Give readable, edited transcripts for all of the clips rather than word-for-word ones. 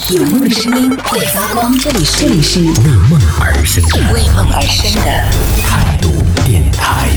有梦的声音会发光，这里是为梦而生的态度电台。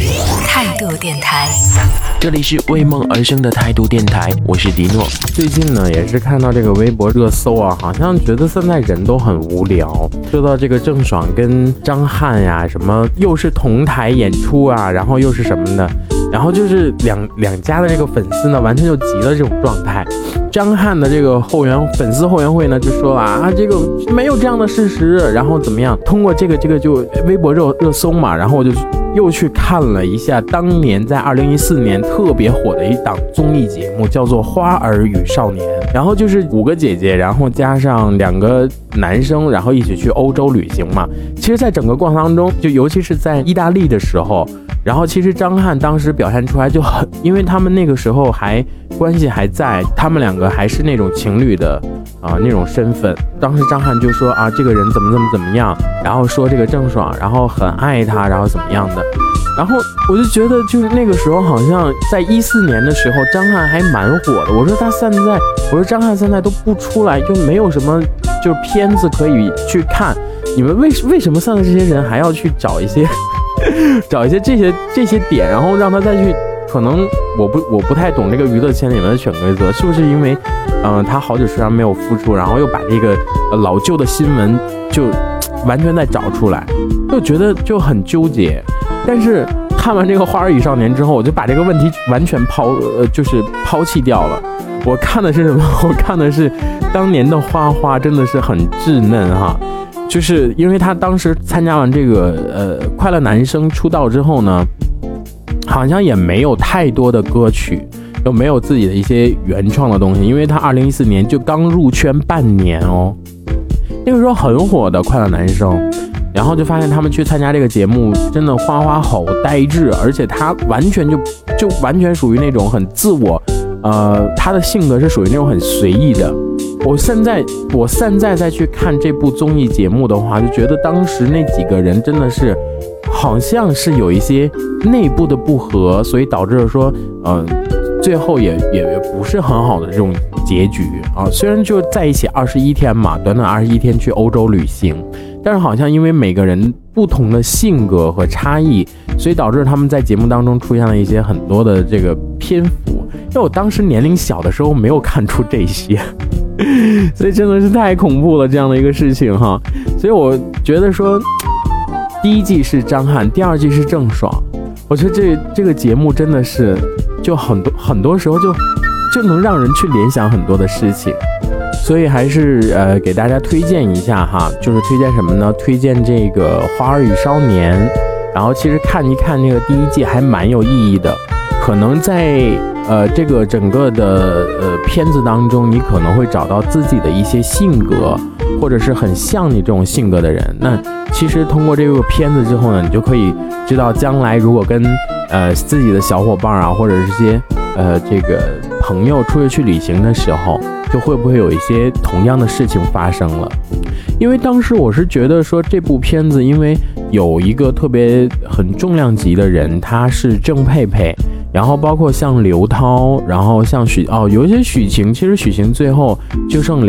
这里是为梦而生的态度电台，我是迪诺。 最近呢，也是看到这个微博热搜啊，好像觉得现在人都很无聊。说到这个郑爽跟张翰呀，什么又是同台演出啊，然后又是什么的，然后就是两家的这个粉丝呢，完全就急了这种状态。张翰的这个粉丝后援会呢，就说啊，这个没有这样的事实，然后怎么样？通过这个就微博热搜嘛，然后我就又去看了一下当年在2014年特别火的一档综艺节目，叫做《花儿与少年》，然后就是5个姐姐，然后加上2个男生，然后一起去欧洲旅行嘛。其实在整个过程当中，就尤其是在意大利的时候，然后其实张翰当时表现出来就很，因为他们那个时候关系还在，他们2个还是那种情侣的那种身份。当时张翰就说啊，这个人怎么样，然后说这个郑爽，然后很爱他，然后怎么样的。然后我就觉得，就是那个时候好像在14年的时候，张翰还蛮火的。我说张翰现在都不出来，就没有什么就是片子可以去看。你们为什么现在这些人还要去找一些这些点，然后让他再去？可能我不太懂这个娱乐圈里面的潜规则，是不是因为他好久时间没有复出，然后又把这个老旧的新闻就完全再找出来，就觉得就很纠结。但是看完这个《花儿与少年》之后，我就把这个问题完全抛弃掉了。我看的是什么？我看的是当年的花真的是很稚嫩哈，就是因为他当时参加完这个快乐男声出道之后呢，好像也没有太多的歌曲，又没有自己的一些原创的东西，因为他2014年就刚入圈半年哦，那个时候很火的快乐男声。然后就发现他们去参加这个节目，真的花好呆滞，而且他完全就完全属于那种很自我，他的性格是属于那种很随意的。我现在再去看这部综艺节目的话，就觉得当时那几个人真的是好像是有一些内部的不和，所以导致了说最后也不是很好的这种结局啊。虽然就在一起21天嘛，短短21天去欧洲旅行，但是好像因为每个人不同的性格和差异，所以导致他们在节目当中出现了一些很多的这个篇幅。因为我当时年龄小的时候没有看出这些，所以真的是太恐怖了这样的一个事情哈。所以我觉得说，第1季是张翰，第2季是郑爽。我觉得这个节目真的是就很多时候就能让人去联想很多的事情。所以还是给大家推荐一下哈，就是推荐什么呢？推荐这个《花儿与少年》，然后其实看一看那个第1季还蛮有意义的。可能在这个整个的片子当中，你可能会找到自己的一些性格，或者是很像你这种性格的人。那其实通过这个片子之后呢，你就可以知道将来如果跟自己的小伙伴啊，或者是些这个朋友出去旅行的时候，就会不会有一些同样的事情发生了。因为当时我是觉得说这部片子，因为有一个特别很重量级的人，他是郑佩佩，然后包括像刘涛，然后像有一些许晴，其实许晴最后就剩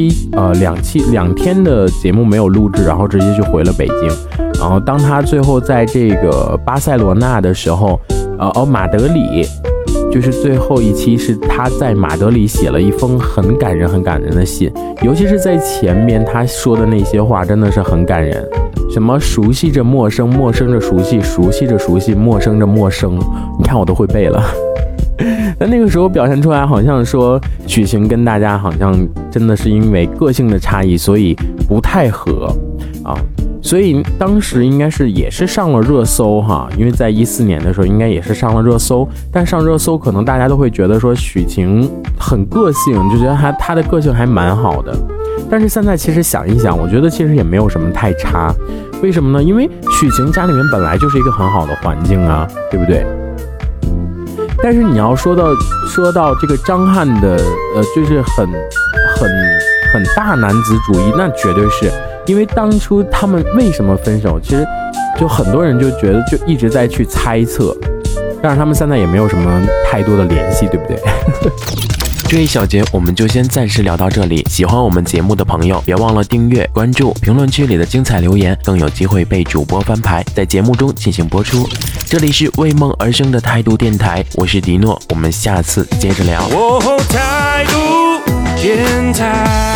2天的节目没有录制，然后直接就回了北京。然后当他最后在这个巴塞罗那的时候，马德里，就是最后一期是他在马德里写了一封很感人的信，尤其是在前面他说的那些话真的是很感人。什么熟悉着陌生，陌生着熟悉，熟悉着熟悉，陌生着陌生，你看我都会背了。但那个时候表现出来好像说许晴跟大家好像真的是因为个性的差异，所以不太合啊。所以当时应该是也是上了热搜哈，因为在14年的时候应该也是上了热搜，但上热搜可能大家都会觉得说许晴很个性，就觉得她的个性还蛮好的。但是现在其实想一想，我觉得其实也没有什么太差。为什么呢？因为许晴家里面本来就是一个很好的环境啊，对不对？但是你要说到这个张翰的就是很大男子主义，那绝对是因为当初他们为什么分手，其实就很多人就觉得就一直在去猜测，但是他们现在也没有什么太多的联系，对不对？ 这一小节我们就先暂时聊到这里。喜欢我们节目的朋友，别忘了订阅、关注，评论区里的精彩留言更有机会被主播翻牌，在节目中进行播出。这里是为梦而生的态度电台，我是迪诺，我们下次接着聊。 态度电台。